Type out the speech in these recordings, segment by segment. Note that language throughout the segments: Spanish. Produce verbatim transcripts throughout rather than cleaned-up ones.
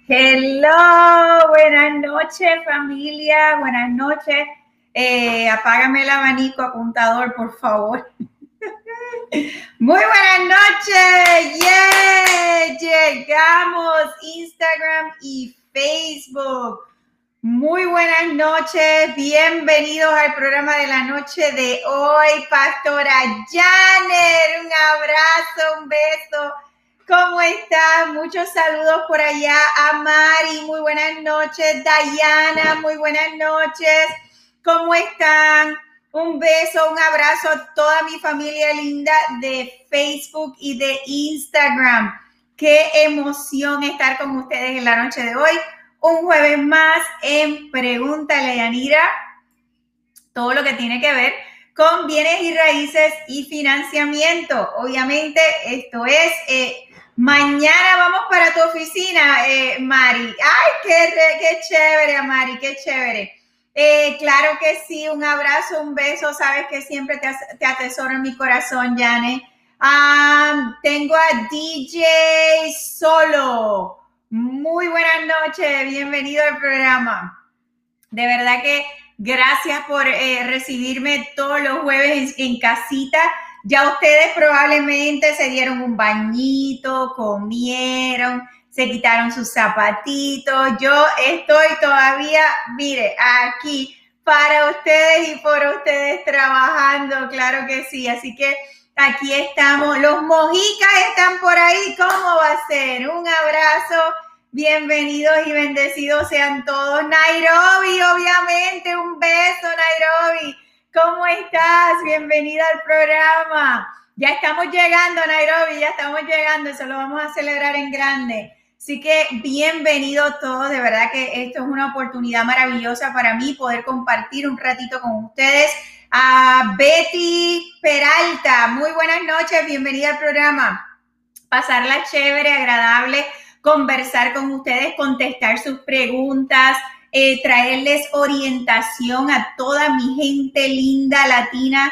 Hello, buenas noches familia, buenas noches. Eh, apágame el abanico apuntador, por favor. Muy buenas noches, yeah, llegamos Instagram y Facebook. Muy buenas noches, bienvenidos al programa de la noche de hoy, Pastora Janet, un abrazo, un beso. ¿Cómo estás? Muchos saludos por allá a Mari, muy buenas noches. Diana, muy buenas noches. ¿Cómo están? Un beso, un abrazo a toda mi familia linda de Facebook y de Instagram. Qué emoción estar con ustedes en la noche de hoy. Un jueves más en Pregúntale a Yanira. Todo lo que tiene que ver con bienes y raíces y financiamiento. Obviamente esto es... Eh, Mañana vamos para tu oficina, eh, Mari. Ay, qué, qué chévere, Mari, qué chévere. Eh, claro que sí, un abrazo, un beso. Sabes que siempre te, te atesoro en mi corazón, Janet. Um, tengo a D J Solo. Muy buenas noches, bienvenido al programa. De verdad que gracias por eh, recibirme todos los jueves en, en casita. Ya ustedes probablemente se dieron un bañito, comieron, se quitaron sus zapatitos. Yo estoy todavía, mire, aquí para ustedes y por ustedes trabajando, claro que sí. Así que aquí estamos. Los mojicas están por ahí. ¿Cómo va a ser? Un abrazo. Bienvenidos y bendecidos sean todos. Nairobi, obviamente, un beso, Nairobi. ¿Cómo estás? Bienvenida al programa. Ya estamos llegando, Nairobi, ya estamos llegando. Eso lo vamos a celebrar en grande. Así que bienvenidos todos. De verdad que esto es una oportunidad maravillosa para mí poder compartir un ratito con ustedes. A Betty Peralta, muy buenas noches. Bienvenida al programa. Pasarla chévere, agradable, conversar con ustedes, contestar sus preguntas, eh, traerles orientación a toda mi gente linda latina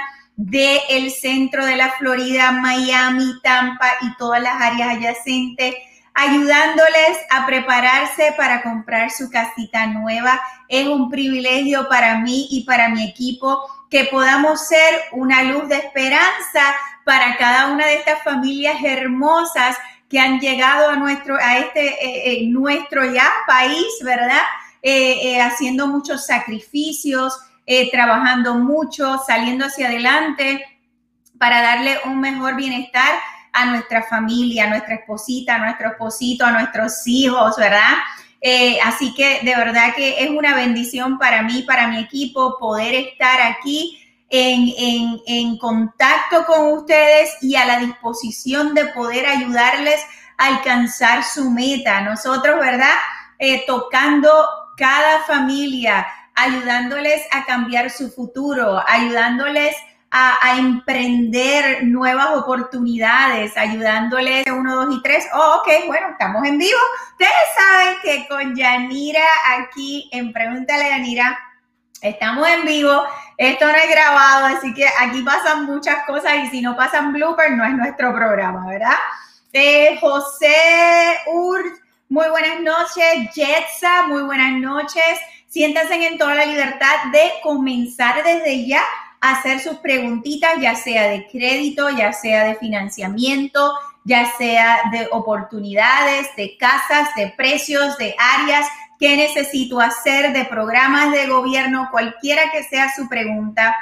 del centro de la Florida, Miami, Tampa y todas las áreas adyacentes, ayudándoles a prepararse para comprar su casita nueva. Es un privilegio para mí y para mi equipo que podamos ser una luz de esperanza para cada una de estas familias hermosas que han llegado a nuestro, a este, eh, eh, nuestro ya país, ¿verdad? Eh, eh, haciendo muchos sacrificios, eh, trabajando mucho, saliendo hacia adelante para darle un mejor bienestar a nuestra familia, a nuestra esposita, a nuestro esposito, a nuestros hijos, ¿verdad? Eh, así que de verdad que es una bendición para mí, para mi equipo, poder estar aquí En, en, en contacto con ustedes y a la disposición de poder ayudarles a alcanzar su meta. Nosotros, ¿verdad? Eh, tocando cada familia, ayudándoles a cambiar su futuro, ayudándoles a, a emprender nuevas oportunidades, ayudándoles uno, dos y tres. Oh, ok, bueno, estamos en vivo. Ustedes saben que con Yanira aquí en Pregúntale a Yanira estamos en vivo. Esto no es grabado, así que aquí pasan muchas cosas y si no pasan bloopers no es nuestro programa, ¿verdad? Eh, José Ur, muy buenas noches. Jetsa, muy buenas noches. Siéntanse en toda la libertad de comenzar desde ya a hacer sus preguntitas, ya sea de crédito, ya sea de financiamiento, ya sea de oportunidades, de casas, de precios, de áreas. ¿Qué necesito hacer de programas de gobierno? Cualquiera que sea su pregunta,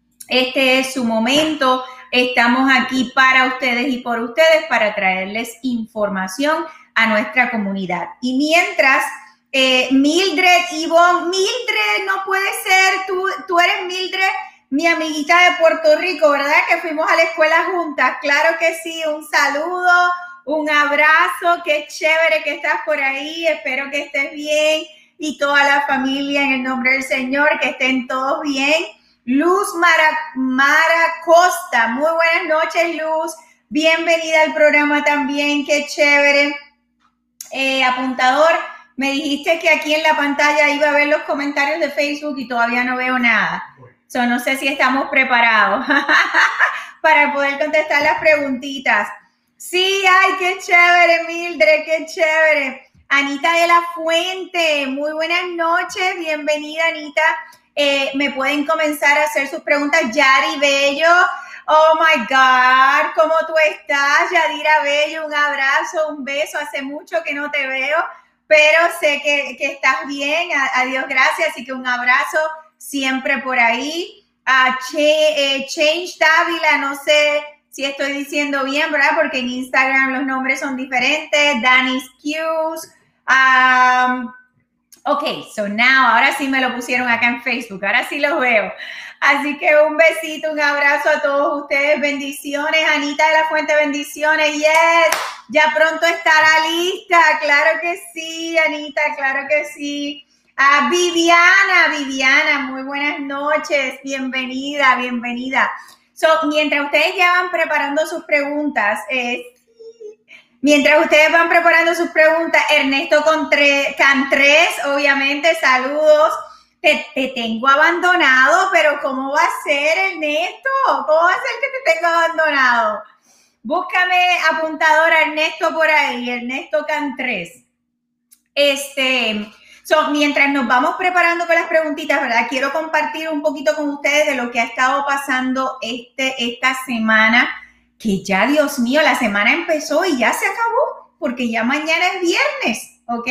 este es su momento. Estamos aquí para ustedes y por ustedes para traerles información a nuestra comunidad. Y mientras, eh, Mildred, Ivonne, Mildred, no puede ser, tú, tú eres Mildred, mi amiguita de Puerto Rico, ¿verdad? Que fuimos a la escuela juntas. Claro que sí, un saludo. Un abrazo, qué chévere que estás por ahí, espero que estés bien y toda la familia en el nombre del Señor, que estén todos bien. Luz Mara, Mara Costa, muy buenas noches, Luz, bienvenida al programa también, qué chévere. Eh, apuntador, me dijiste que aquí en la pantalla iba a ver los comentarios de Facebook y todavía no veo nada. So, no sé si estamos preparados para poder contestar las preguntitas. Sí, ay, qué chévere, Mildred, qué chévere. Anita de la Fuente, muy buenas noches, bienvenida Anita. Eh, me pueden comenzar a hacer sus preguntas. Yari Bello, oh my God, ¿cómo tú estás? Yadira Bello, un abrazo, un beso, hace mucho que no te veo, pero sé que, que estás bien, a, a Dios gracias, así que un abrazo siempre por ahí. A Ch eh, Change Dávila, no sé si estoy diciendo bien, ¿verdad? Porque en Instagram los nombres son diferentes. Danny's Q's. Um, ok, so now, ahora sí me lo pusieron acá en Facebook, ahora sí los veo. Así que un besito, un abrazo a todos ustedes, bendiciones. Anita de la Fuente, bendiciones, yes. Ya pronto estará lista, claro que sí, Anita, claro que sí. A Viviana, Viviana, muy buenas noches, bienvenida, bienvenida. So, mientras ustedes ya van preparando sus preguntas, eh, mientras ustedes van preparando sus preguntas, Ernesto Cantrés, obviamente, saludos. Te, te tengo abandonado, pero ¿cómo va a ser, Ernesto? ¿Cómo va a ser que te tengo abandonado? Búscame apuntadora Ernesto por ahí, Ernesto Cantrés. Este... So, mientras nos vamos preparando con las preguntitas, ¿verdad? Quiero compartir un poquito con ustedes de lo que ha estado pasando este, esta semana, que ya, Dios mío, la semana empezó y ya se acabó, porque ya mañana es viernes, ¿ok?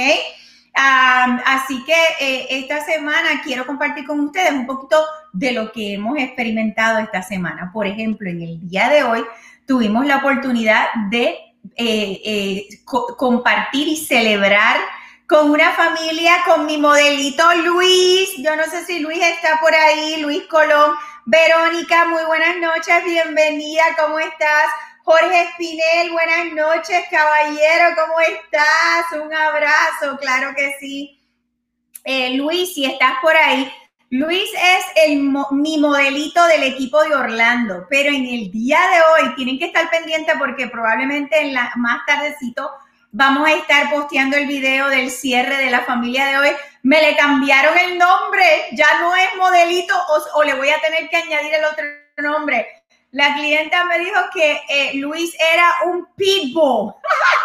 Um, así que eh, esta semana quiero compartir con ustedes un poquito de lo que hemos experimentado esta semana. Por ejemplo, en el día de hoy tuvimos la oportunidad de eh, eh, co- compartir y celebrar con una familia, con mi modelito Luis. Yo no sé si Luis está por ahí, Luis Colón. Verónica, muy buenas noches, bienvenida, ¿cómo estás? Jorge Espinel, buenas noches, caballero, ¿cómo estás? Un abrazo, claro que sí. Eh, Luis, si estás por ahí, Luis es el, mi modelito del equipo de Orlando, pero en el día de hoy tienen que estar pendientes porque probablemente en la, más tardecito vamos a estar posteando el video del cierre de la familia de hoy. Me le cambiaron el nombre, ya no es modelito o, o le voy a tener que añadir el otro nombre. La clienta me dijo que eh, Luis era un pitbull.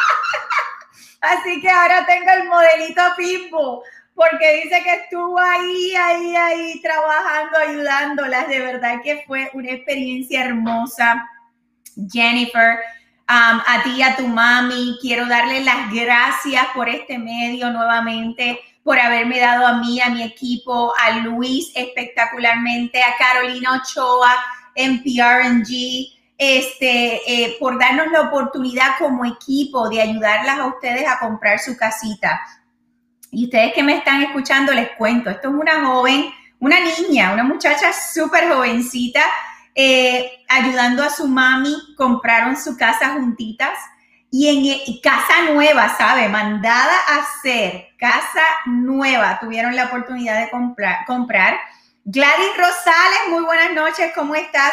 Así que ahora tengo el modelito pitbull, porque dice que estuvo ahí, ahí, ahí trabajando, ayudándolas. De verdad que fue una experiencia hermosa. Jennifer, Um, a ti y a tu mami, quiero darle las gracias por este medio nuevamente, por haberme dado a mí, a mi equipo, a Luis espectacularmente, a Carolina Ochoa en P R and G, este, eh, por darnos la oportunidad como equipo de ayudarlas a ustedes a comprar su casita. Y ustedes que me están escuchando, les cuento, esto es una joven, una niña, una muchacha súper jovencita, Eh, ayudando a su mami, compraron su casa juntitas y en y casa nueva, ¿sabe? Mandada a hacer, casa nueva, tuvieron la oportunidad de comprar. comprar. Gladys Rosales, muy buenas noches, ¿cómo estás?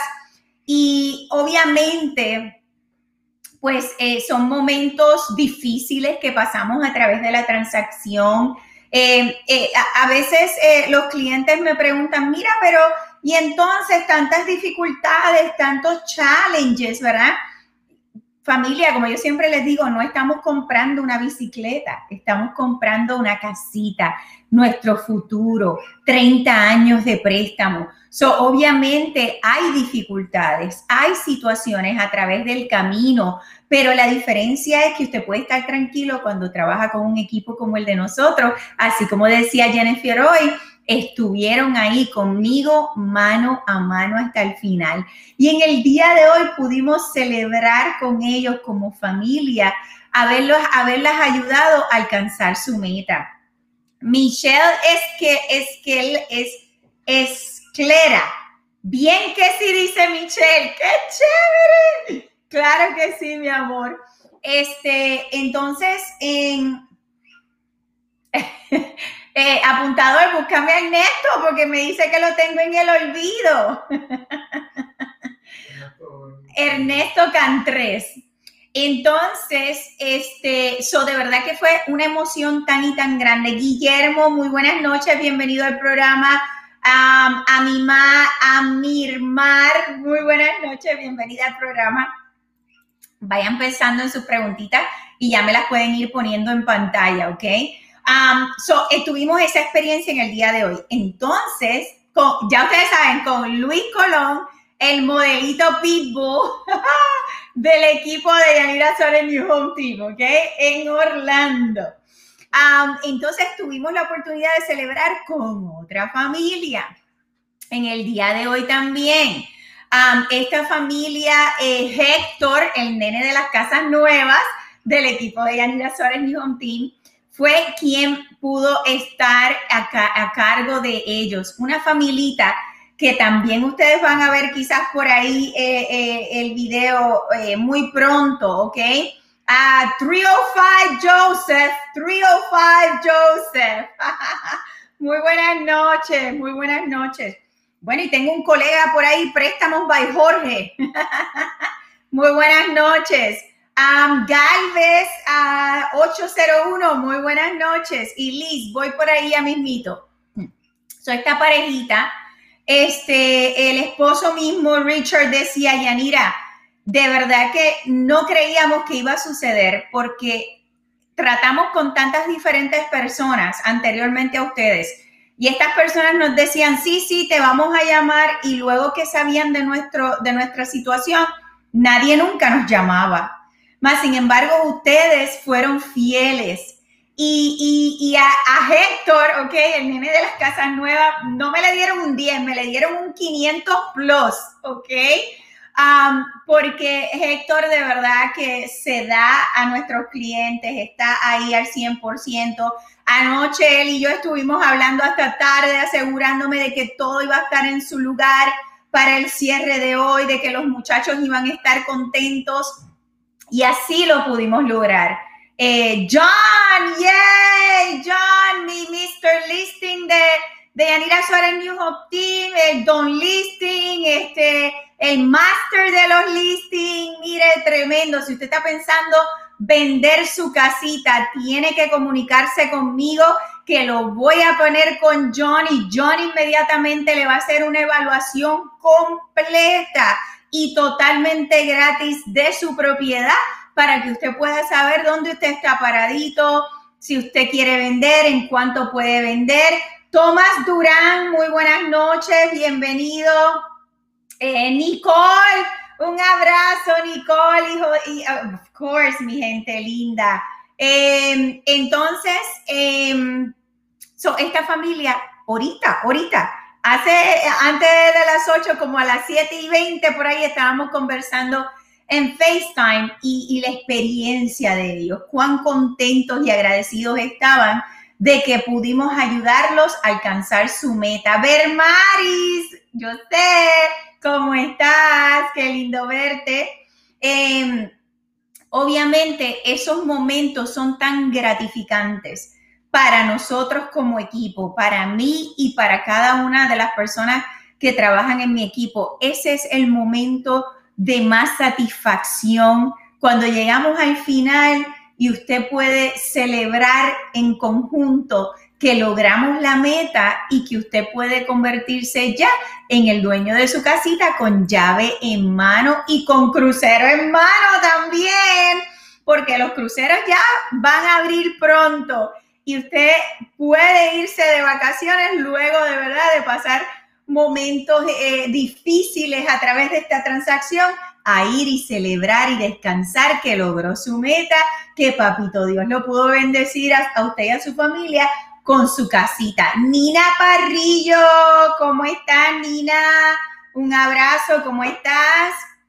Y obviamente, pues eh, son momentos difíciles que pasamos a través de la transacción. Eh, eh, a, a veces eh, los clientes me preguntan, mira, pero y entonces tantas dificultades, tantos challenges, ¿verdad? Familia, como yo siempre les digo, no estamos comprando una bicicleta, estamos comprando una casita, nuestro futuro, treinta años de préstamo. So, obviamente hay dificultades, hay situaciones a través del camino, pero la diferencia es que usted puede estar tranquilo cuando trabaja con un equipo como el de nosotros, así como decía Jennifer hoy, estuvieron ahí conmigo mano a mano hasta el final. Y en el día de hoy pudimos celebrar con ellos como familia, haberlos, haberlas ayudado a alcanzar su meta. Michelle es que es que es Esclera. Bien que sí, dice Michelle. ¡Qué chévere! Claro que sí, mi amor. Este, entonces, en... Eh, apuntador, búscame a Ernesto porque me dice que lo tengo en el olvido. Ernesto Cantrés. Entonces, este, so de verdad que fue una emoción tan y tan grande. Guillermo, muy buenas noches, bienvenido al programa. Um, a mi ma, a Mirmar, muy buenas noches, bienvenida al programa. Vayan pensando en sus preguntitas y ya me las pueden ir poniendo en pantalla, ¿ok? Um, so, eh, tuvimos esa experiencia en el día de hoy. Entonces, con, ya ustedes saben, con Luis Colón, el modelito Pitbull del equipo de Yanira Suárez New Home Team, ¿ok? En Orlando. Um, entonces, tuvimos la oportunidad de celebrar con otra familia en el día de hoy también. Um, esta familia, eh, Héctor, el nene de las casas nuevas del equipo de Yanira Suárez New Home Team, fue quien pudo estar a, ca a cargo de ellos. Una familita que también ustedes van a ver quizás por ahí eh, eh, el video eh, muy pronto, ¿ok? Uh, tres oh cinco Joseph, tres oh cinco Joseph. Muy buenas noches, muy buenas noches. Bueno, y tengo un colega por ahí, Préstamos by Jorge. Muy buenas noches. Um, Galvez uh, ocho cero uno, muy buenas noches. Y Liz, voy por ahí a mismito. So, esta parejita, este, el esposo mismo, Richard, decía, Yanira, de verdad que no creíamos que iba a suceder porque tratamos con tantas diferentes personas anteriormente a ustedes. Y estas personas nos decían, sí, sí, te vamos a llamar. Y luego que sabían de, nuestro, de nuestra situación, nadie nunca nos llamaba. Mas, sin embargo, ustedes fueron fieles. Y, y, y a, a Héctor, ok, el nene de las casas nuevas, no me le dieron un diez, me le dieron un quinientos plus, ok. Um, porque Héctor de verdad que se da a nuestros clientes, está ahí al cien por ciento. Anoche él y yo estuvimos hablando hasta tarde, asegurándome de que todo iba a estar en su lugar para el cierre de hoy, de que los muchachos iban a estar contentos. Y así lo pudimos lograr. Eh, John, yay, John, mi mister Listing de, de Yanira Suárez New Home Team, el Don Listing, este, el Master de los Listings, mire, tremendo. Si usted está pensando vender su casita, tiene que comunicarse conmigo, que lo voy a poner con John y John inmediatamente le va a hacer una evaluación completa y totalmente gratis de su propiedad para que usted pueda saber dónde usted está paradito, si usted quiere vender, en cuánto puede vender. Tomás Durán, muy buenas noches, bienvenido. Eh, Nicole, un abrazo, Nicole, hijo, y of course, mi gente linda. Eh, entonces, eh, so, esta familia, ahorita, ahorita, hace, antes de las ocho, como a las siete y veinte, por ahí estábamos conversando en FaceTime y, y la experiencia de ellos, cuán contentos y agradecidos estaban de que pudimos ayudarlos a alcanzar su meta. Bermaris, yo sé, ¿cómo estás? Qué lindo verte. Eh, obviamente, esos momentos son tan gratificantes para nosotros como equipo, para mí y para cada una de las personas que trabajan en mi equipo. Ese es el momento de más satisfacción cuando llegamos al final y usted puede celebrar en conjunto que logramos la meta y que usted puede convertirse ya en el dueño de su casita con llave en mano y con crucero en mano también, porque los cruceros ya van a abrir pronto y usted puede irse de vacaciones luego de verdad de pasar momentos eh, difíciles a través de esta transacción, a ir y celebrar y descansar que logró su meta, que papito Dios lo pudo bendecir a, a usted y a su familia con su casita. Nina Parrillo, ¿cómo estás, Nina? Un abrazo, ¿cómo estás?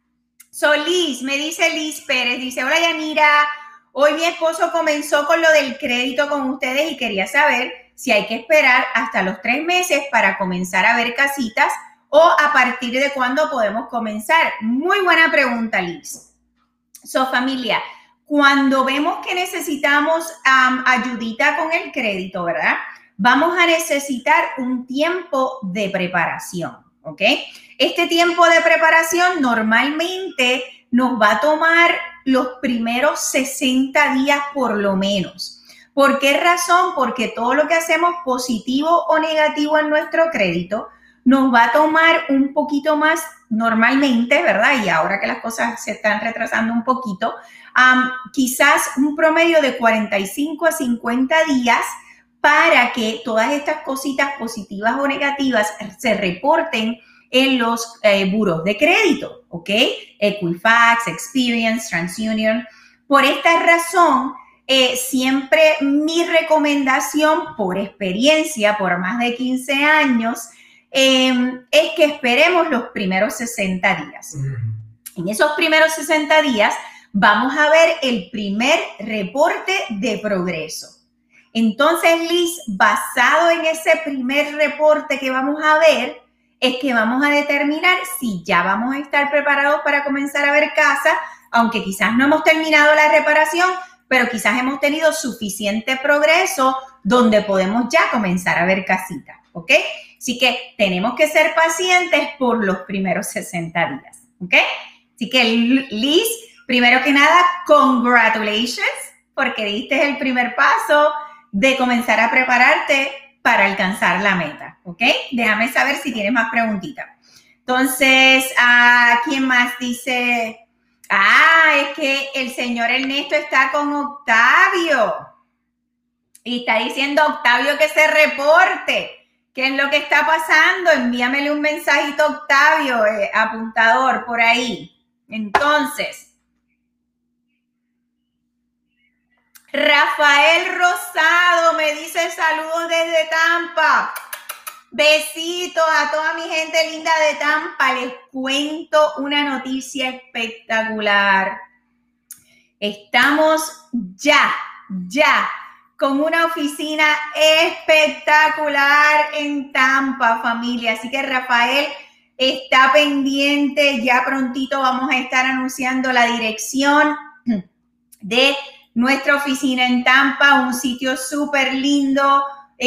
Solís, me dice Liz Pérez, dice, hola Yanira, hoy mi esposo comenzó con lo del crédito con ustedes y quería saber si hay que esperar hasta los tres meses para comenzar a ver casitas o a partir de cuándo podemos comenzar. Muy buena pregunta, Liz. So, familia, cuando vemos que necesitamos um, ayudita con el crédito, ¿verdad? Vamos a necesitar un tiempo de preparación, ¿ok? Este tiempo de preparación normalmente nos va a tomar los primeros sesenta días por lo menos. ¿Por qué razón? Porque todo lo que hacemos positivo o negativo en nuestro crédito nos va a tomar un poquito más normalmente, ¿verdad? Y ahora que las cosas se están retrasando un poquito, um, quizás un promedio de cuarenta y cinco a cincuenta días para que todas estas cositas positivas o negativas se reporten en los eh, buros de crédito, ¿ok? Equifax, Experian, TransUnion. Por esta razón, eh, siempre mi recomendación por experiencia, por más de quince años, eh, es que esperemos los primeros sesenta días. En esos primeros sesenta días vamos a ver el primer reporte de progreso. Entonces, Liz, basado en ese primer reporte que vamos a ver, es que vamos a determinar si ya vamos a estar preparados para comenzar a ver casa, aunque quizás no hemos terminado la reparación, pero quizás hemos tenido suficiente progreso donde podemos ya comenzar a ver casita, ¿ok? Así que tenemos que ser pacientes por los primeros sesenta días, ¿ok? Así que, Liz, primero que nada, congratulations, porque diste el primer paso de comenzar a prepararte para alcanzar la meta, ¿ok? Déjame saber si tienes más preguntitas. Entonces, ¿a quién más dice? Ah, es que el señor Ernesto está con Octavio y está diciendo Octavio que se reporte. ¿Qué es lo que está pasando? Envíamele un mensajito a Octavio, eh, apuntador, por ahí. Entonces, Rafael Rosado me dice saludos desde Tampa. Besitos a toda mi gente linda de Tampa. Les cuento una noticia espectacular. Estamos ya, ya con una oficina espectacular en Tampa, familia. Así que Rafael está pendiente. Ya prontito vamos a estar anunciando la dirección de nuestra oficina en Tampa, un sitio súper lindo,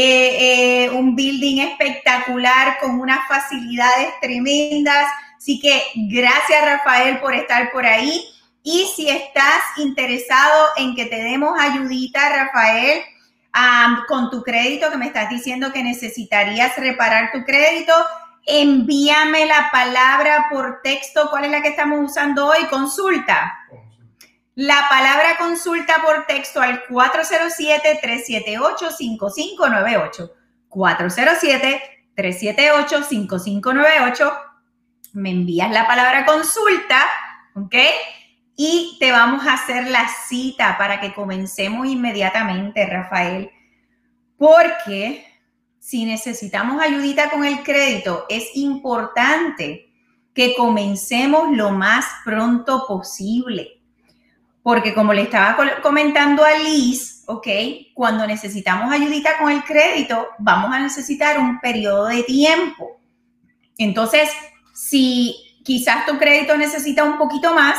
eh, eh, un building espectacular con unas facilidades tremendas. Así que gracias, Rafael, por estar por ahí. Y si estás interesado en que te demos ayudita, Rafael, um, con tu crédito, que me estás diciendo que necesitarías reparar tu crédito, envíame la palabra por texto. ¿Cuál es la que estamos usando hoy? Consulta. La palabra consulta por texto al cuatro cero siete, tres siete ocho, cinco cinco nueve ocho. cuatro cero siete, tres siete ocho, cinco cinco nueve ocho. Me envías la palabra consulta, ¿ok? Y te vamos a hacer la cita para que comencemos inmediatamente, Rafael. Porque si necesitamos ayudita con el crédito, es importante que comencemos lo más pronto posible. Porque como le estaba comentando a Liz, ¿ok? Cuando necesitamos ayudita con el crédito, vamos a necesitar un periodo de tiempo. Entonces, si quizás tu crédito necesita un poquito más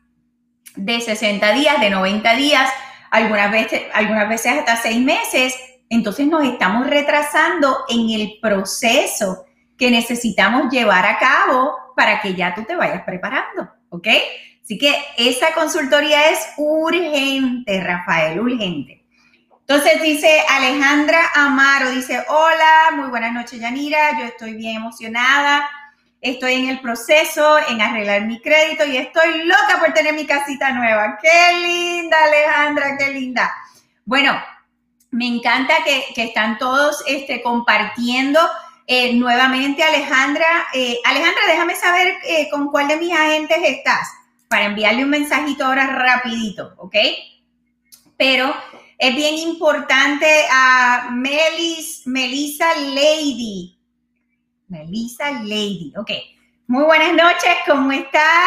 de sesenta días, de noventa días, algunas veces, algunas veces hasta seis meses, entonces nos estamos retrasando en el proceso que necesitamos llevar a cabo para que ya tú te vayas preparando, ¿ok? Así que esa consultoría es urgente, Rafael, urgente. Entonces dice Alejandra Amaro, dice, hola, muy buenas noches, Yanira, yo estoy bien emocionada, estoy en el proceso, en arreglar mi crédito y estoy loca por tener mi casita nueva. ¡Qué linda, Alejandra, qué linda! Bueno, me encanta que, que están todos este, compartiendo eh, nuevamente, Alejandra. Eh, Alejandra, déjame saber eh, con cuál de mis agentes estás, para enviarle un mensajito ahora rapidito, ¿ok? Pero es bien importante a Melis, Melissa Lady. Melissa Lady, ok. Muy buenas noches, ¿cómo estás?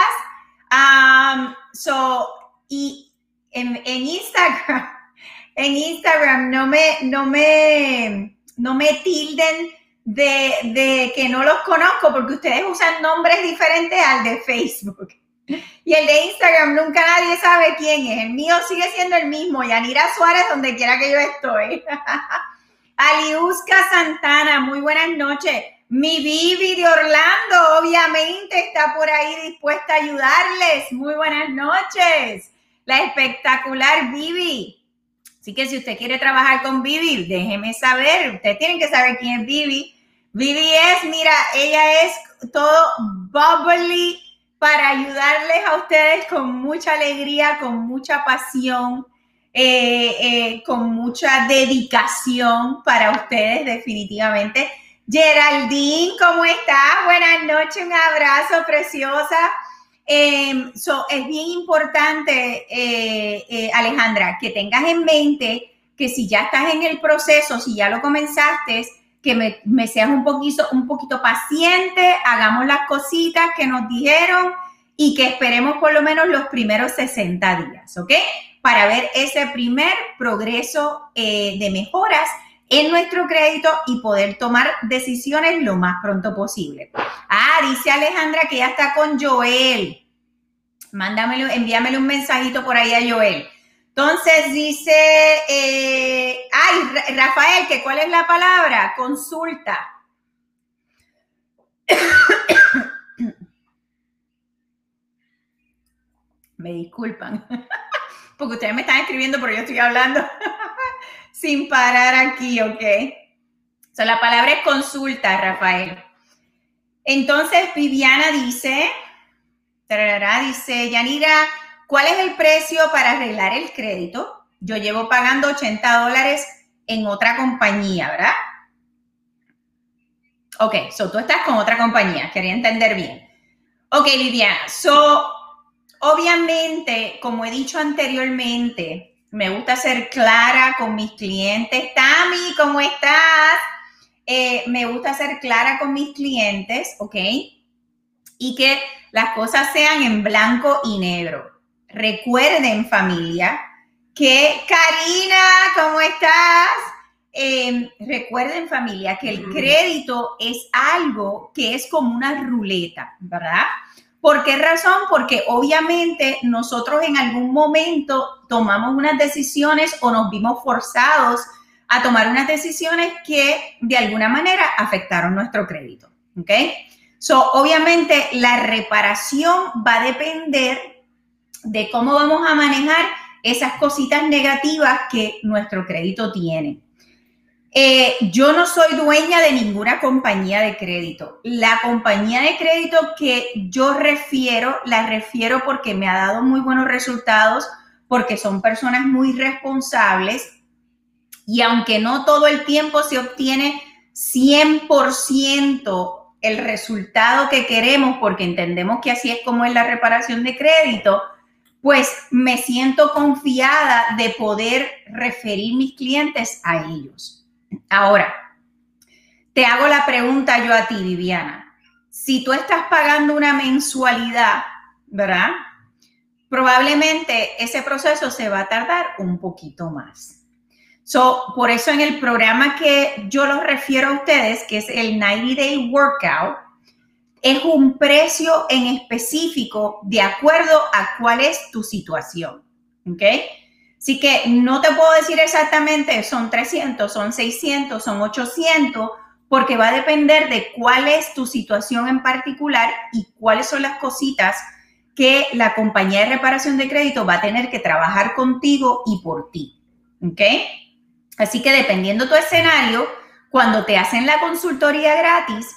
Um, so, y en, en Instagram, en Instagram no me, no me, no me tilden de, de que no los conozco porque ustedes usan nombres diferentes al de Facebook. Y el de Instagram nunca nadie sabe quién es. El mío sigue siendo el mismo. Yanira Suárez, donde quiera que yo estoy. Aliuska Santana, muy buenas noches. Mi Vivi de Orlando, obviamente, está por ahí dispuesta a ayudarles. Muy buenas noches. La espectacular Vivi. Así que si usted quiere trabajar con Vivi, déjeme saber. Ustedes tienen que saber quién es Vivi. Vivi es, mira, ella es todo bubbly para ayudarles a ustedes con mucha alegría, con mucha pasión, eh, eh, con mucha dedicación para ustedes, definitivamente. Geraldine, ¿cómo estás? Buenas noches, un abrazo, preciosa. Eh, so, es bien importante, eh, eh, Alejandra, que tengas en mente que si ya estás en el proceso, si ya lo comenzaste, que me, me seas un poquito, un poquito paciente, hagamos las cositas que nos dijeron y que esperemos por lo menos los primeros sesenta días, ¿ok? Para ver ese primer progreso eh, de mejoras en nuestro crédito y poder tomar decisiones lo más pronto posible. Ah, dice Alejandra que ya está con Joel. Mándamelo, envíamele un mensajito por ahí a Joel. Entonces dice, eh, ay, Rafael, que ¿cuál es la palabra? Consulta. Me disculpan, porque ustedes me están escribiendo, pero yo estoy hablando sin parar aquí, ¿ok? O sea, la palabra es consulta, Rafael. Entonces, Viviana dice, tararara, dice, Yanira, ¿cuál es el precio para arreglar el crédito? Yo llevo pagando ochenta dólares en otra compañía, ¿verdad? Ok, so tú estás con otra compañía, quería entender bien. Ok, Viviana, so, obviamente, como he dicho anteriormente, me gusta ser clara con mis clientes. Tami, ¿cómo estás? Eh, me gusta ser clara con mis clientes, ¿ok? Y que las cosas sean en blanco y negro. Recuerden, familia, que Karina, ¿cómo estás? Eh, recuerden, familia, que el crédito es algo que es como una ruleta, ¿verdad? ¿Por qué razón? Porque obviamente nosotros en algún momento tomamos unas decisiones o nos vimos forzados a tomar unas decisiones que de alguna manera afectaron nuestro crédito, ¿ok? So, obviamente la reparación va a depender de cómo vamos a manejar esas cositas negativas que nuestro crédito tiene. Eh, yo no soy dueña de ninguna compañía de crédito. La compañía de crédito que yo refiero, la refiero porque me ha dado muy buenos resultados, porque son personas muy responsables y aunque no todo el tiempo se obtiene cien por ciento el resultado que queremos, porque entendemos que así es como es la reparación de crédito, pues me siento confiada de poder referir mis clientes a ellos. Ahora, te hago la pregunta yo a ti, Viviana. Si tú estás pagando una mensualidad, ¿verdad? Probablemente ese proceso se va a tardar un poquito más. So, por eso en el programa que yo los refiero a ustedes, que es el noventa day Workout, es un precio en específico de acuerdo a cuál es tu situación, ¿ok? Así que no te puedo decir exactamente son trescientos, son seiscientos, son ochocientos, porque va a depender de cuál es tu situación en particular y cuáles son las cositas que la compañía de reparación de crédito va a tener que trabajar contigo y por ti, ¿ok? Así que dependiendo tu escenario, cuando te hacen la consultoría gratis,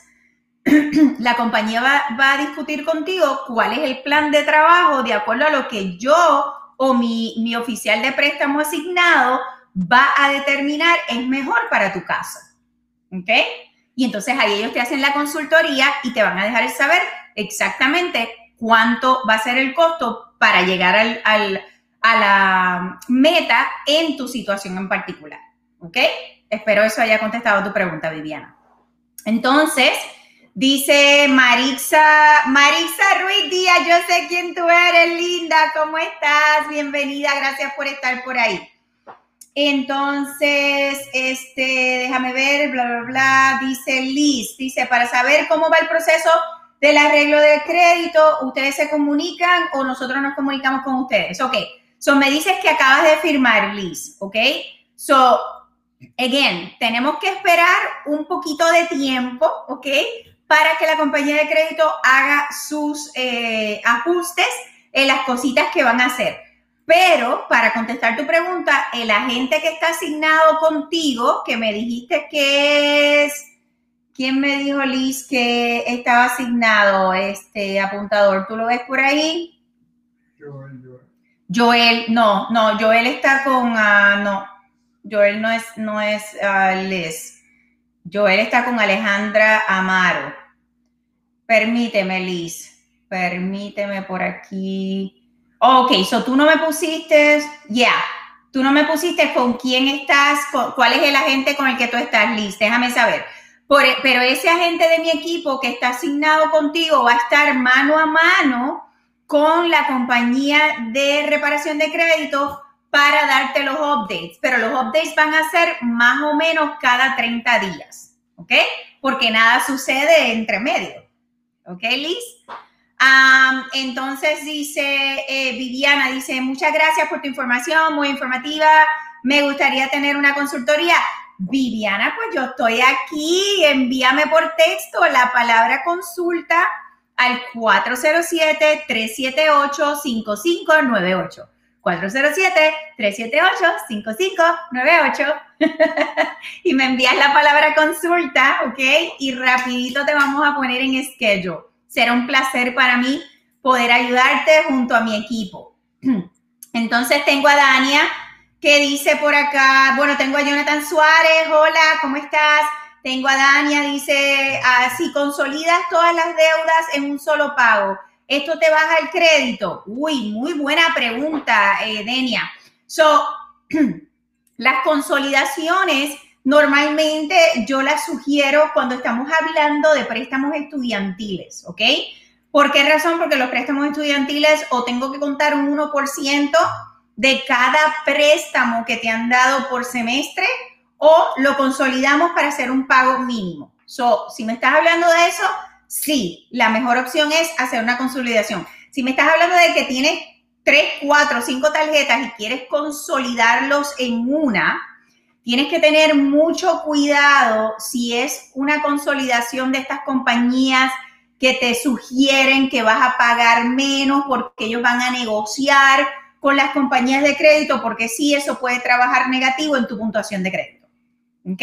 la compañía va, va a discutir contigo cuál es el plan de trabajo de acuerdo a lo que yo o mi, mi oficial de préstamo asignado va a determinar es mejor para tu caso, ¿ok? Y entonces ahí ellos te hacen la consultoría y te van a dejar saber exactamente cuánto va a ser el costo para llegar al, al, a la meta en tu situación en particular, ¿ok? Espero eso haya contestado tu pregunta, Viviana. Entonces, dice Marixa, Marixa Ruiz Díaz, yo sé quién tú eres, linda, ¿cómo estás? Bienvenida, gracias por estar por ahí. Entonces, este, déjame ver, bla, bla, bla, dice Liz, dice, para saber cómo va el proceso del arreglo del crédito, ¿ustedes se comunican o nosotros nos comunicamos con ustedes? Ok, so me dices que acabas de firmar, Liz, ok, so, again, tenemos que esperar un poquito de tiempo, ok, para que la compañía de crédito haga sus eh, ajustes en las cositas que van a hacer. Pero, para contestar tu pregunta, el agente que está asignado contigo, que me dijiste que es ¿Quién me dijo, Liz, que estaba asignado este apuntador? ¿Tú lo ves por ahí? Joel, Joel. Joel, no, no, Joel está con, uh, no, Joel no es, no es uh, Liz. Joel está con Alejandra Amaro. Permíteme, Liz, permíteme por aquí. Ok, so tú no me pusiste, ya, yeah, tú no me pusiste con quién estás, con, cuál es el agente con el que tú estás, Liz, déjame saber. Por, pero ese agente de mi equipo que está asignado contigo va a estar mano a mano con la compañía de reparación de crédito para darte los updates, pero los updates van a ser más o menos cada treinta días, ¿ok? Porque nada sucede entre medio, ¿ok, Liz? Um, entonces dice eh, Viviana, dice, muchas gracias por tu información, muy informativa, me gustaría tener una consultoría. Viviana, pues yo estoy aquí, envíame por texto la palabra consulta al cuatro cero siete, tres siete ocho, cinco cinco nueve ocho. cuatro cero siete, tres siete ocho, cinco cinco nueve ocho. Y me envías la palabra consulta, ¿ok? Y rapidito te vamos a poner en schedule. Será un placer para mí poder ayudarte junto a mi equipo. Entonces tengo a Dania, que dice por acá, bueno, tengo a Jonathan Suárez, hola, ¿cómo estás? Tengo a Dania, dice, ah, si consolidas todas las deudas en un solo pago, ¿esto te baja el crédito? Uy, muy buena pregunta, eh, Dania. So, las consolidaciones, normalmente yo las sugiero cuando estamos hablando de préstamos estudiantiles, ¿ok? ¿Por qué razón? Porque los préstamos estudiantiles o tengo que contar un uno por ciento de cada préstamo que te han dado por semestre o lo consolidamos para hacer un pago mínimo. So, si me estás hablando de eso, sí, la mejor opción es hacer una consolidación. Si me estás hablando de que tienes tres, cuatro, cinco tarjetas y quieres consolidarlos en una, tienes que tener mucho cuidado si es una consolidación de estas compañías que te sugieren que vas a pagar menos porque ellos van a negociar con las compañías de crédito, porque sí, eso puede trabajar negativo en tu puntuación de crédito. ¿Ok?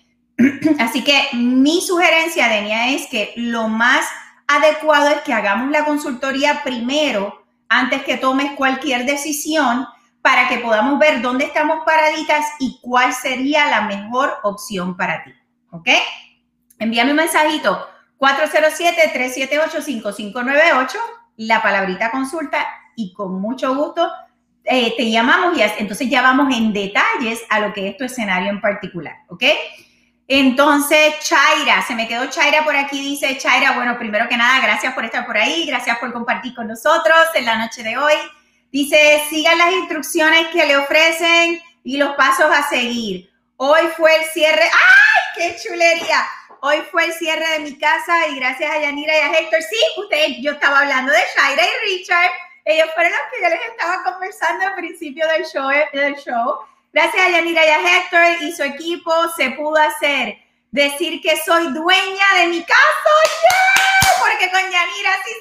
Así que mi sugerencia, Denia, es que lo más adecuado es que hagamos la consultoría primero antes que tomes cualquier decisión para que podamos ver dónde estamos paraditas y cuál sería la mejor opción para ti. ¿Ok? Envíame un mensajito cuatro cero siete, tres siete ocho, cinco cinco nueve ocho, la palabrita consulta y con mucho gusto eh, te llamamos y entonces ya vamos en detalles a lo que es tu escenario en particular. ¿Ok? Entonces, Chaira, se me quedó Chaira por aquí, dice Chaira, bueno, primero que nada, gracias por estar por ahí, gracias por compartir con nosotros en la noche de hoy. Dice, sigan las instrucciones que le ofrecen y los pasos a seguir. Hoy fue el cierre, ¡ay, qué chulería! Hoy fue el cierre de mi casa y gracias a Yanira y a Héctor, sí, ustedes, yo estaba hablando de Chaira y Richard, ellos fueron los que yo les estaba conversando al principio del show, del show. Gracias a Yanira y a Héctor y su equipo se pudo hacer. Decir que soy dueña de mi casa, ¡yeah! Porque con Yanira sí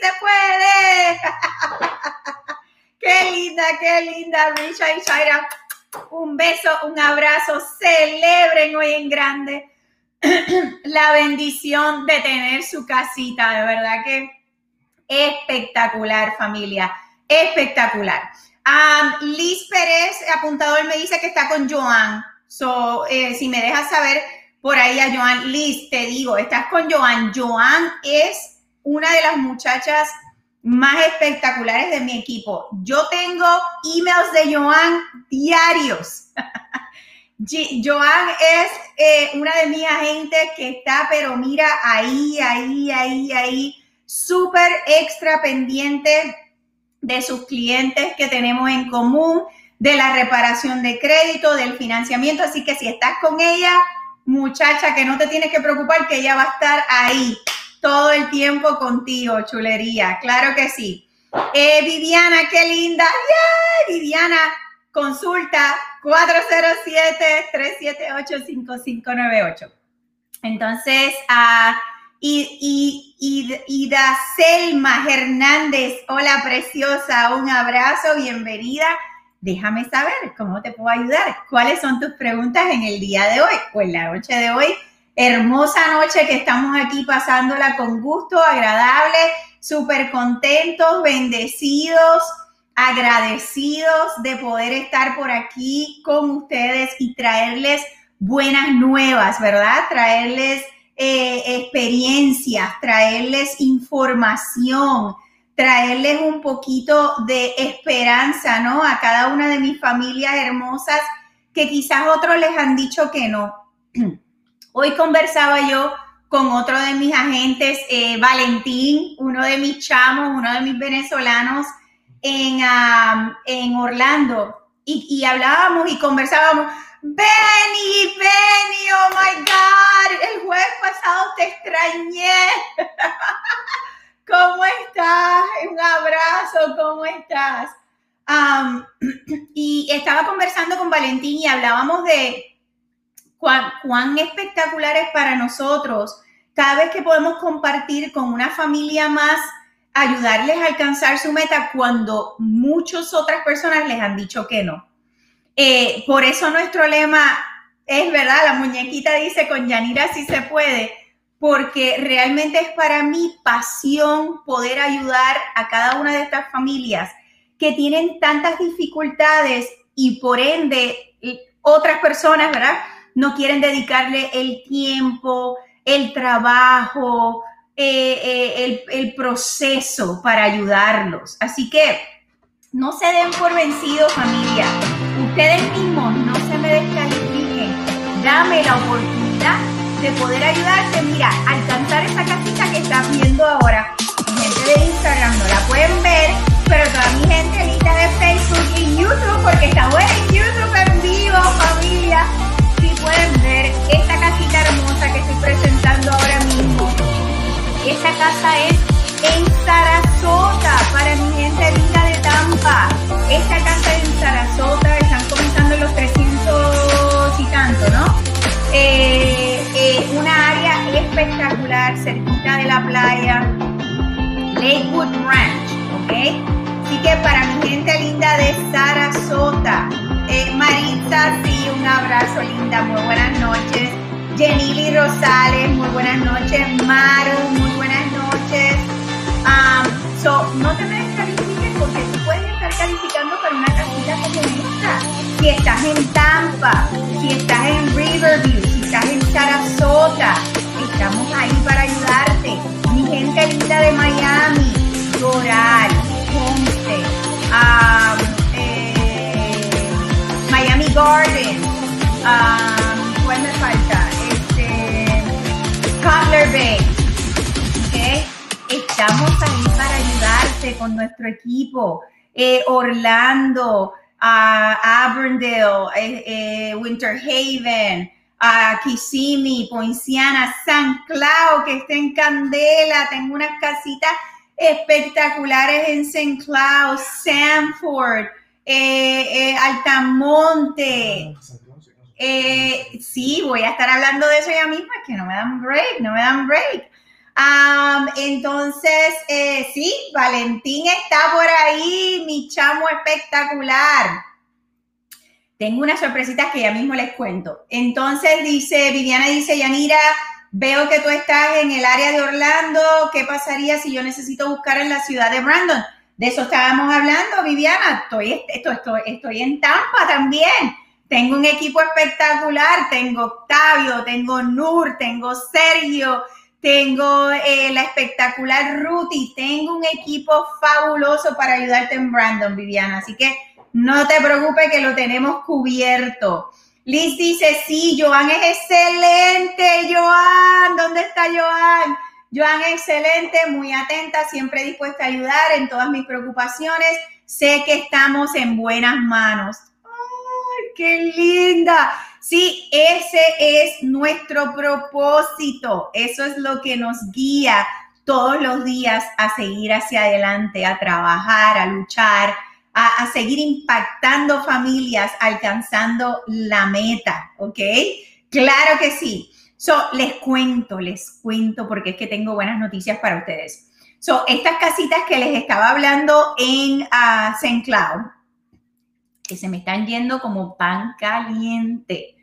se puede. Qué linda, qué linda, Richard y Shaira. Un beso, un abrazo. Celebren hoy en grande la bendición de tener su casita. De verdad que espectacular, familia. Espectacular. Um, Liz Pérez, apuntador, me dice que está con Joan. So, eh, si me dejas saber por ahí a Joan. Liz, te digo, estás con Joan. Joan es una de las muchachas más espectaculares de mi equipo. Yo tengo emails de Joan diarios. Joan es eh, una de mis agentes que está, pero mira, ahí, ahí, ahí, ahí, súper extra pendiente de sus clientes que tenemos en común, de la reparación de crédito, del financiamiento. Así que si estás con ella, muchacha, que no te tienes que preocupar, que ella va a estar ahí todo el tiempo contigo, chulería. Claro que sí. Eh, Viviana, qué linda. ¡Yay! Viviana, consulta cuatro cero siete, tres siete ocho, cinco cinco nueve ocho. Entonces, uh, y, y, y, Ida Selma Hernández, hola preciosa, un abrazo, bienvenida. Déjame saber cómo te puedo ayudar. ¿Cuáles son tus preguntas en el día de hoy o en la noche de hoy? hermosa noche que estamos aquí pasándola con gusto, agradable, súper contentos, bendecidos, agradecidos de poder estar por aquí con ustedes y traerles buenas nuevas, ¿verdad? Traerles eh, experiencias, traerles información, traerles un poquito de esperanza, ¿no? A cada una de mis familias hermosas que quizás otros les han dicho que no. Hoy conversaba yo con otro de mis agentes, eh, Valentín, uno de mis chamos, uno de mis venezolanos en, um, en Orlando, y, y hablábamos y conversábamos. Benny, Benny, oh my God, el jueves pasado te extrañé. ¿Cómo estás? Un abrazo, ¿cómo estás? Um, y estaba conversando con Valentín y hablábamos de cuán, cuán espectacular es para nosotros cada vez que podemos compartir con una familia más, ayudarles a alcanzar su meta cuando muchas otras personas les han dicho que no. Eh, por eso nuestro lema es, ¿verdad? La muñequita dice, con Yanira sí se puede, porque realmente es para mí pasión poder ayudar a cada una de estas familias que tienen tantas dificultades y por ende otras personas, ¿verdad? No quieren dedicarle el tiempo, el trabajo, eh, eh, el, el proceso para ayudarlos. Así que no se den por vencidos, familia. Ustedes mismos no se me descalifiquen. Dame la oportunidad de poder ayudarte, mira, a alcanzar esa casita que estás viendo ahora. Mi gente de Instagram no la pueden ver, pero toda mi gente linda de Facebook y YouTube, porque estamos en YouTube en vivo, familia, sí pueden ver esta casita hermosa que estoy presentando ahora mismo. Esta casa es en Sarasota, para mi gente linda de Tampa. Esta casa en Sarasota, están comenzando los trescientos y tanto, ¿no? Eh, eh, una área espectacular, cerquita de la playa, Lakewood Ranch, ¿ok? Así que para mi gente linda de Sarasota, eh, Maritza, sí, un abrazo linda, muy buenas noches. Jenily Rosales, muy buenas noches. Maru, muy buenas noches. Um, so, no te me descalifiques porque tú puedes estar calificando para una casita como esta. Si estás en Tampa, si estás en Riverview, si estás en Sarasota, estamos ahí para ayudarte. Mi gente linda de Miami, Doral, Ponce, um, eh, Miami Gardens, um, ¿cuál me falta? Este, Cutler Bay, ¿ok? Estamos ahí para ayudarte con nuestro equipo. Eh, Orlando, uh, Avondale, eh, eh, Winter Haven, uh, Kissimmee, Poinciana, San Cloud, que está en Candela. Tengo unas casitas espectaculares en Saint Cloud, Sanford, eh, eh, Altamonte. Eh, sí, voy a estar hablando de eso ya mismo, es que no me dan break, no me dan break. Um, entonces, eh, sí, Valentín está por ahí, mi chamo espectacular. Tengo unas sorpresitas que ya mismo les cuento. Entonces, dice, Viviana dice, Yanira, veo que tú estás en el área de Orlando. ¿Qué pasaría si yo necesito buscar en la ciudad de Brandon? De eso estábamos hablando, Viviana. Estoy, estoy, estoy, estoy en Tampa también. Tengo un equipo espectacular. Tengo Octavio, tengo Nur, tengo Sergio, tengo eh, la espectacular Ruti, tengo un equipo fabuloso para ayudarte en Brandon, Viviana. Así que no te preocupes que lo tenemos cubierto. Liz dice, sí, Joan es excelente. Joan, ¿dónde está Joan? Joan, excelente, muy atenta, siempre dispuesta a ayudar en todas mis preocupaciones. Sé que estamos en buenas manos. ¡Ay, qué linda! Sí, ese es nuestro propósito. Eso es lo que nos guía todos los días a seguir hacia adelante, a trabajar, a luchar, a, a seguir impactando familias, alcanzando la meta, ¿ok? Claro que sí. So, les cuento, les cuento porque es que tengo buenas noticias para ustedes. So, estas casitas que les estaba hablando en uh, Saint Cloud, que se me están yendo como pan caliente.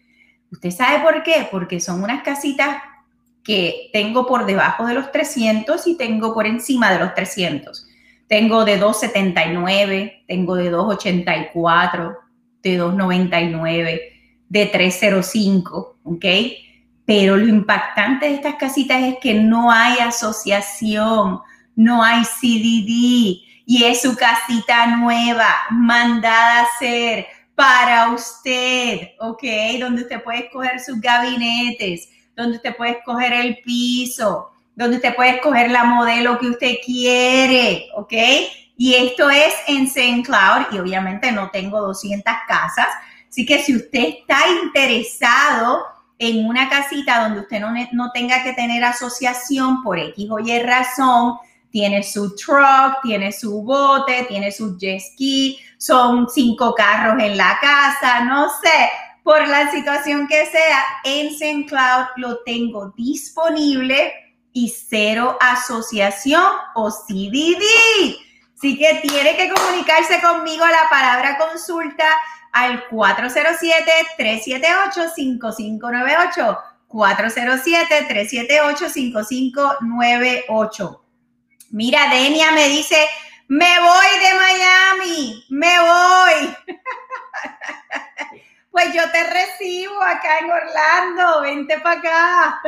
¿Usted sabe por qué? Porque son unas casitas que tengo por debajo de los trescientos y tengo por encima de los trescientos. Tengo de doscientos setenta y nueve, tengo de doscientos ochenta y cuatro, de doscientos noventa y nueve, de trescientos cinco, ¿ok? Pero lo impactante de estas casitas es que no hay asociación, no hay C D D y es su casita nueva, mandada a hacer para usted, ¿ok? Donde usted puede escoger sus gabinetes, donde usted puede escoger el piso, donde usted puede escoger la modelo que usted quiere, ¿ok? Y esto es en Saint Cloud y obviamente no tengo doscientas casas, así que si usted está interesado en una casita donde usted no, no tenga que tener asociación por X o Y razón, tiene su truck, tiene su bote, tiene su jet ski, son cinco carros en la casa, no sé, por la situación que sea, en Saint Cloud lo tengo disponible y cero asociación o C D D. Así que tiene que comunicarse conmigo a la palabra consulta al cuatro cero siete, tres siete ocho, cinco cinco nueve ocho, cuatro cero siete, tres siete ocho, cinco cinco nueve ocho. Mira, Denia me dice, me voy de Miami, me voy. Pues yo te recibo acá en Orlando, vente para acá.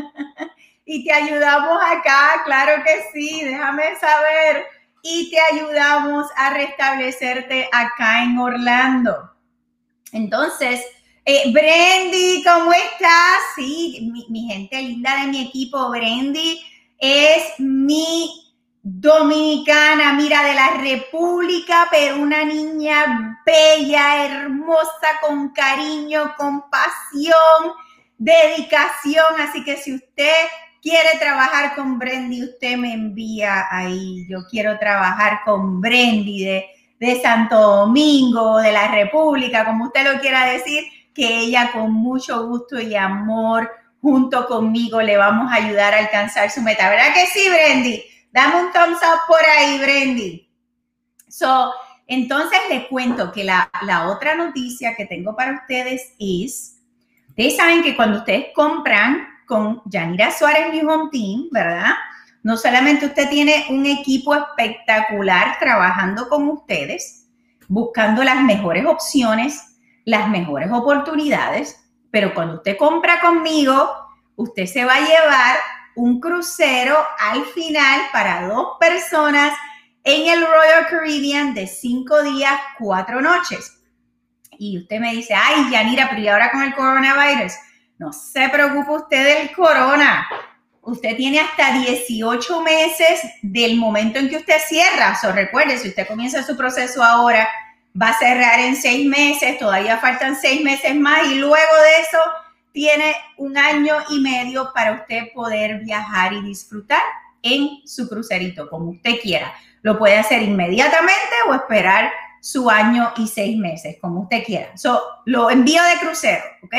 Y te ayudamos acá, claro que sí, déjame saber. Y te ayudamos a restablecerte acá en Orlando. Entonces, eh, Brendy, ¿cómo estás? Sí, mi, mi gente linda de mi equipo, Brendy es mi dominicana, mira, de la República, pero una niña bella, hermosa, con cariño, con pasión, dedicación. Así que si usted quiere trabajar con Brendy, usted me envía ahí. Yo quiero trabajar con Brendy de, de Santo Domingo, de la República, como usted lo quiera decir, que ella con mucho gusto y amor, junto conmigo, le vamos a ayudar a alcanzar su meta. ¿Verdad que sí, Brendy? Dame un thumbs up por ahí, Brendy. So, entonces les cuento que la, la otra noticia que tengo para ustedes es, ustedes saben que cuando ustedes compran con Yanira Suárez New Home Team, ¿verdad? No solamente usted tiene un equipo espectacular trabajando con ustedes, buscando las mejores opciones, las mejores oportunidades, pero cuando usted compra conmigo, usted se va a llevar un crucero al final para dos personas en el Royal Caribbean de cinco días, cuatro noches. Y usted me dice, ay, Yanira, pero ¿y ahora con el coronavirus? No se preocupe usted del corona. Usted tiene hasta dieciocho meses del momento en que usted cierra. So, recuerde, si usted comienza su proceso ahora, va a cerrar en seis meses, todavía faltan seis meses más y luego de eso tiene un año y medio para usted poder viajar y disfrutar en su crucerito, como usted quiera. Lo puede hacer inmediatamente o esperar su año y seis meses, como usted quiera. So, lo envío de crucero, ¿ok?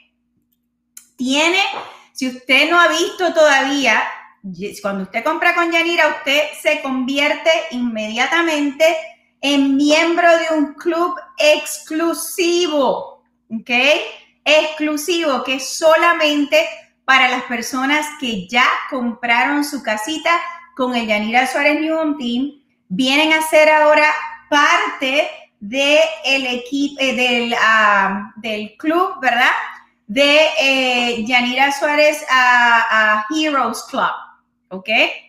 Tiene, si usted no ha visto todavía, cuando usted compra con Yanira, usted se convierte inmediatamente en miembro de un club exclusivo, ¿ok? Exclusivo, que es solamente para las personas que ya compraron su casita con el Yanira Suárez New Home Team, vienen a ser ahora parte de el equipo, eh, del, uh, del club, ¿verdad? De eh, Yanira Suárez uh, uh, Heroes Club, ¿ok?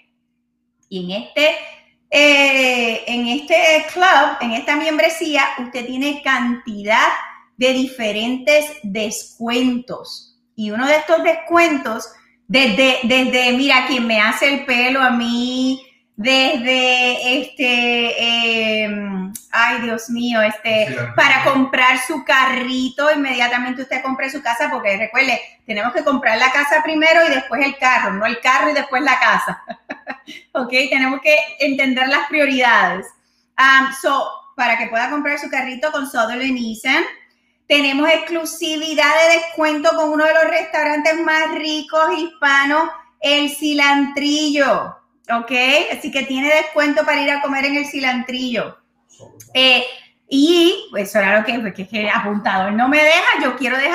Y en este, eh, en este club, en esta membresía, usted tiene cantidad de diferentes descuentos. Y uno de estos descuentos, desde, desde mira, quien me hace el pelo a mí, desde este, eh, ay Dios mío, este, sí, para comprar su carrito, inmediatamente usted compre su casa, porque recuerde, tenemos que comprar la casa primero y después el carro, no el carro y después la casa. Ok, tenemos que entender las prioridades. Um, so, para que pueda comprar su carrito con Sutherland Nissan, tenemos exclusividad de descuento con uno de los restaurantes más ricos hispanos, El Cilantrillo. ¿Ok? Así que tiene descuento para ir a comer en El Cilantrillo. Eh, y, pues, eso era lo que, que, que he apuntado. Él no me deja, yo quiero dejar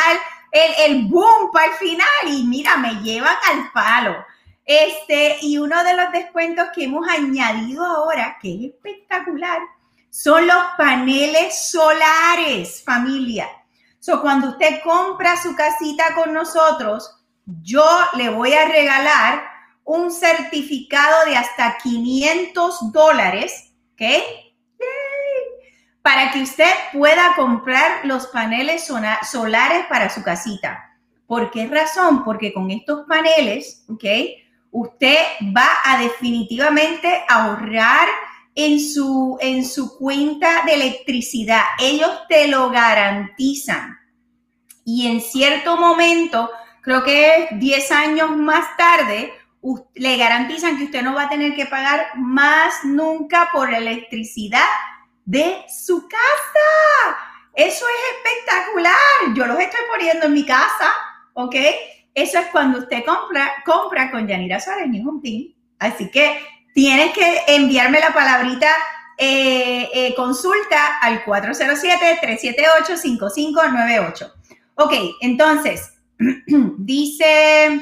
el, el boom para el final y mira, me llevan al palo. Este, y uno de los descuentos que hemos añadido ahora, que es espectacular, son los paneles solares, familia. So, cuando usted compra su casita con nosotros, yo le voy a regalar un certificado de hasta quinientos dólares, ¿ok? Yay. Para que usted pueda comprar los paneles solares para su casita. ¿Por qué razón? Porque con estos paneles, ¿ok?, usted va a definitivamente ahorrar en su, en su cuenta de electricidad. Ellos te lo garantizan. Y en cierto momento, creo que es diez años más tarde, le garantizan que usted no va a tener que pagar más nunca por la electricidad de su casa. Eso es espectacular. Yo los estoy poniendo en mi casa, ¿ok? Eso es cuando usted compra, compra con Yanira Suárez New Home Team. Así que tienes que enviarme la palabrita eh, eh, consulta al cuatro cero siete, tres siete ocho, cinco cinco nueve ocho. Ok, entonces, dice...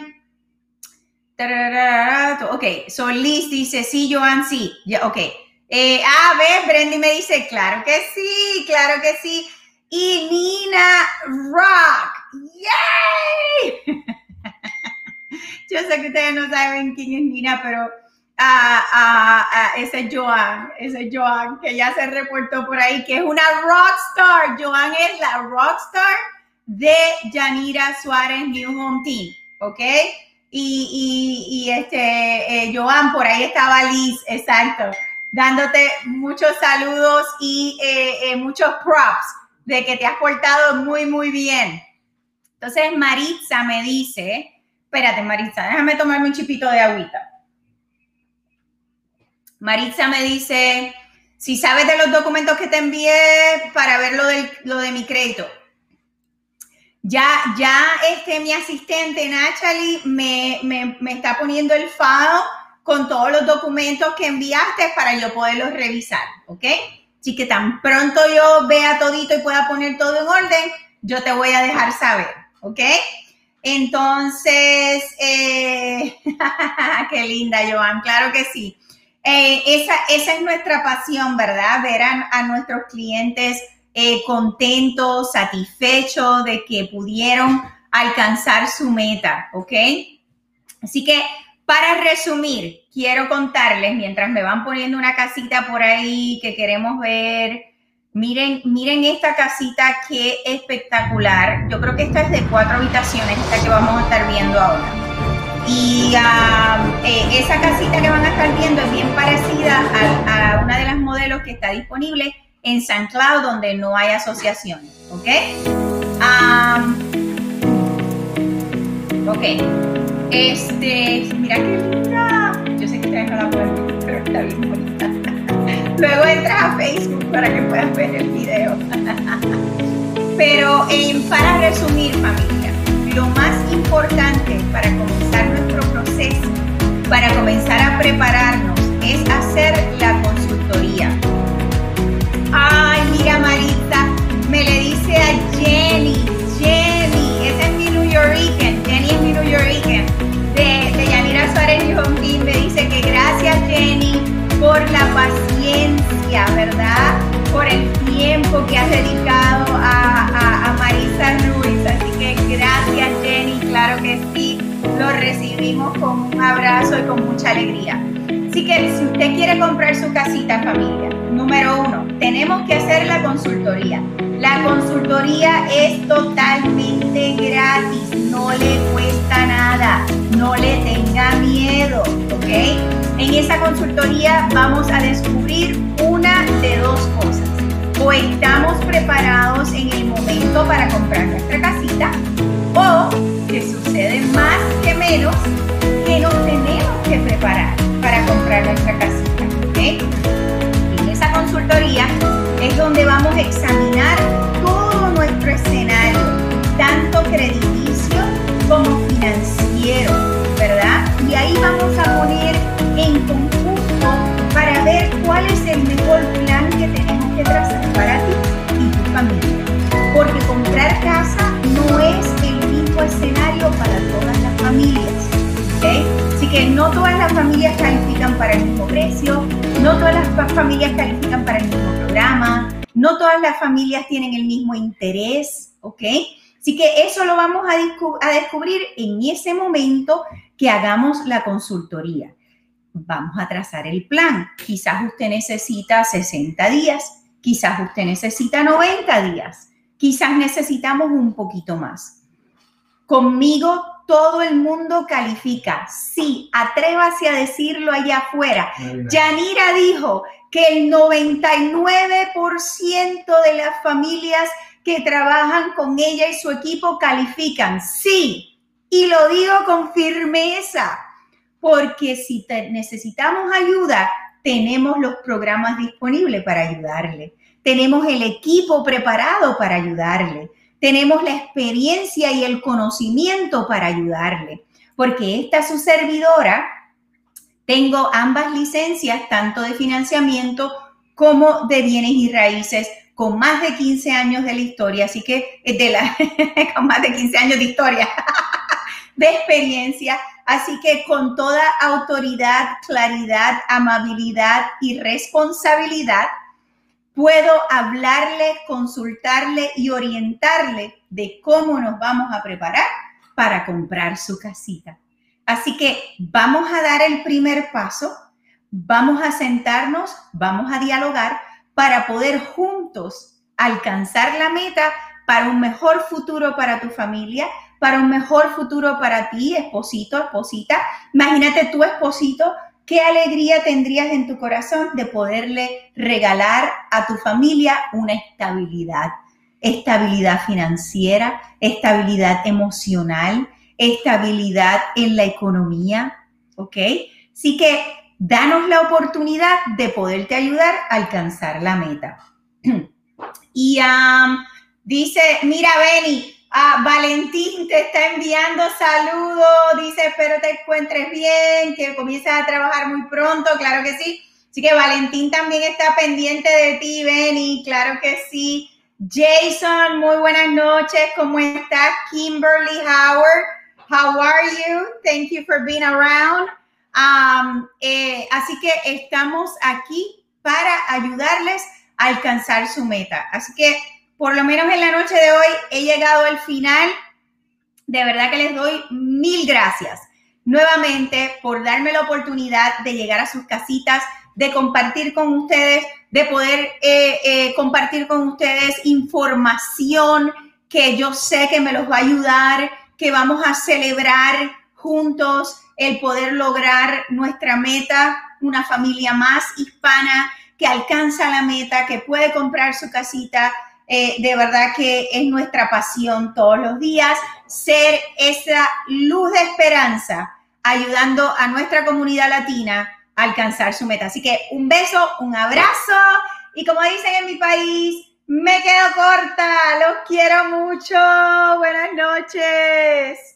Ok, so Liz dice, sí, Joan, sí. Ya, ok. Eh, ah, ve, Brendy me dice, claro que sí, claro que sí. Y Nina Rock, ¡yay! Yo sé que ustedes no saben quién es Nina, pero uh, uh, uh, ese es Joan, ese es Joan, que ya se reportó por ahí, que es una rockstar. Joan es la rockstar de Yanira Suárez New Home Team, ¿ok? Y, y, y este, eh, Joan, por ahí estaba Liz, exacto, dándote muchos saludos y eh, eh, muchos props de que te has portado muy, muy bien. Entonces, Maritza me dice, espérate, Maritza, déjame tomarme un chipito de agüita. Maritza me dice, si sabes de los documentos que te envié para ver lo, del, lo de mi crédito. Ya, ya este, mi asistente, Nachali, me, me, me está poniendo el file con todos los documentos que enviaste para yo poderlos revisar, ¿ok? Así que tan pronto yo vea todito y pueda poner todo en orden, yo te voy a dejar saber, ¿ok? Entonces, eh, qué linda, Joan, claro que sí. Eh, esa, esa es nuestra pasión, ¿verdad? Ver a, a nuestros clientes eh, contentos, satisfechos de que pudieron alcanzar su meta, ¿ok? Así que, para resumir, quiero contarles, mientras me van poniendo una casita por ahí que queremos ver, miren, miren esta casita, qué espectacular. Yo creo que esta es de cuatro habitaciones, esta que vamos a estar viendo ahora. Y uh, eh, esa casita que van a estar viendo es bien parecida a, a una de las modelos que está disponible en San Cloud, donde no hay asociaciones, ¿ok? Um, ok. Este, mira qué linda. Yo sé que ustedes no la pueden ver, pero está bien bonita. Luego entras a Facebook para que puedas ver el video. Pero eh, para resumir, familia, lo más importante para comenzar nuestro proceso, para comenzar a prepararnos, es hacer la consultoría. Ay, mira, Marita, me le dice a Jenny, Jenny, ese es mi New Yorkican, Jenny es mi New Yorkican, de, de Yanira Suárez New Home Team, me dice que gracias, Jenny, por la paciencia, ¿verdad? Por el tiempo que has dedicado a, a, a Marisa Ruiz. Así que gracias, Jenny, claro que sí, lo recibimos con un abrazo y con mucha alegría. Así que si usted quiere comprar su casita, familia, número uno, tenemos que hacer la consultoría. La consultoría es totalmente gratis, no le cuesta nada, no le tenga miedo, ¿ok? En esa consultoría vamos a descubrir una de dos cosas. O estamos preparados en el momento para comprar nuestra casita, o que sucede más que menos que nos tenemos que preparar para comprar nuestra casita, ¿ok? En esa consultoría es donde vamos a examinar todo nuestro escenario, tanto crediticio como financiero, ¿verdad? Y ahí vamos a poner en conjunto para ver cuál es el mejor plan que tenemos que trazar para ti y tu familia. Porque comprar casa no es el apto para todas las familias, ¿okay? Así que no todas las familias califican para el mismo precio, no todas las familias califican para el mismo programa, no todas las familias tienen el mismo interés, ¿ok? Así que eso lo vamos a, descu- a descubrir en ese momento que hagamos la consultoría. Vamos a trazar el plan. Quizás usted necesita sesenta días, quizás usted necesita noventa días, quizás necesitamos un poquito más. Conmigo todo el mundo califica. Sí, atrévase a decirlo allá afuera. Yanira dijo que el noventa y nueve por ciento de las familias que trabajan con ella y su equipo califican. Sí, y lo digo con firmeza, porque si te necesitamos ayuda, tenemos los programas disponibles para ayudarle. Tenemos el equipo preparado para ayudarle. Tenemos la experiencia y el conocimiento para ayudarle, porque esta su servidora, tengo ambas licencias, tanto de financiamiento como de bienes y raíces, con más de quince años de la historia, así que de la, con más de quince años de historia, de experiencia, así que con toda autoridad, claridad, amabilidad y responsabilidad, puedo hablarle, consultarle y orientarle de cómo nos vamos a preparar para comprar su casita. Así que vamos a dar el primer paso, vamos a sentarnos, vamos a dialogar para poder juntos alcanzar la meta para un mejor futuro para tu familia, para un mejor futuro para ti, esposito, esposita. Imagínate tu esposito. ¿Qué alegría tendrías en tu corazón de poderle regalar a tu familia una estabilidad? Estabilidad financiera, estabilidad emocional, estabilidad en la economía, ¿ok? Así que danos la oportunidad de poderte ayudar a alcanzar la meta. Y um, dice, mira, Benny, Ah, Valentín te está enviando saludos, dice espero te encuentres bien, que comiences a trabajar muy pronto, claro que sí. Así que Valentín también está pendiente de ti, Benny, claro que sí. Jason, muy buenas noches, ¿cómo estás? Kimberly Howard, how are you? Thank you for being around. Um, eh, así que estamos aquí para ayudarles a alcanzar su meta. Así que por lo menos en la noche de hoy he llegado al final. De verdad que les doy mil gracias nuevamente por darme la oportunidad de llegar a sus casitas, de compartir con ustedes, de poder eh, eh, compartir con ustedes información que yo sé que me los va a ayudar, que vamos a celebrar juntos el poder lograr nuestra meta, una familia más hispana que alcanza la meta, que puede comprar su casita. Eh, de verdad que es nuestra pasión todos los días, ser esa luz de esperanza, ayudando a nuestra comunidad latina a alcanzar su meta. Así que un beso, un abrazo y como dicen en mi país, me quedo corta, los quiero mucho, buenas noches.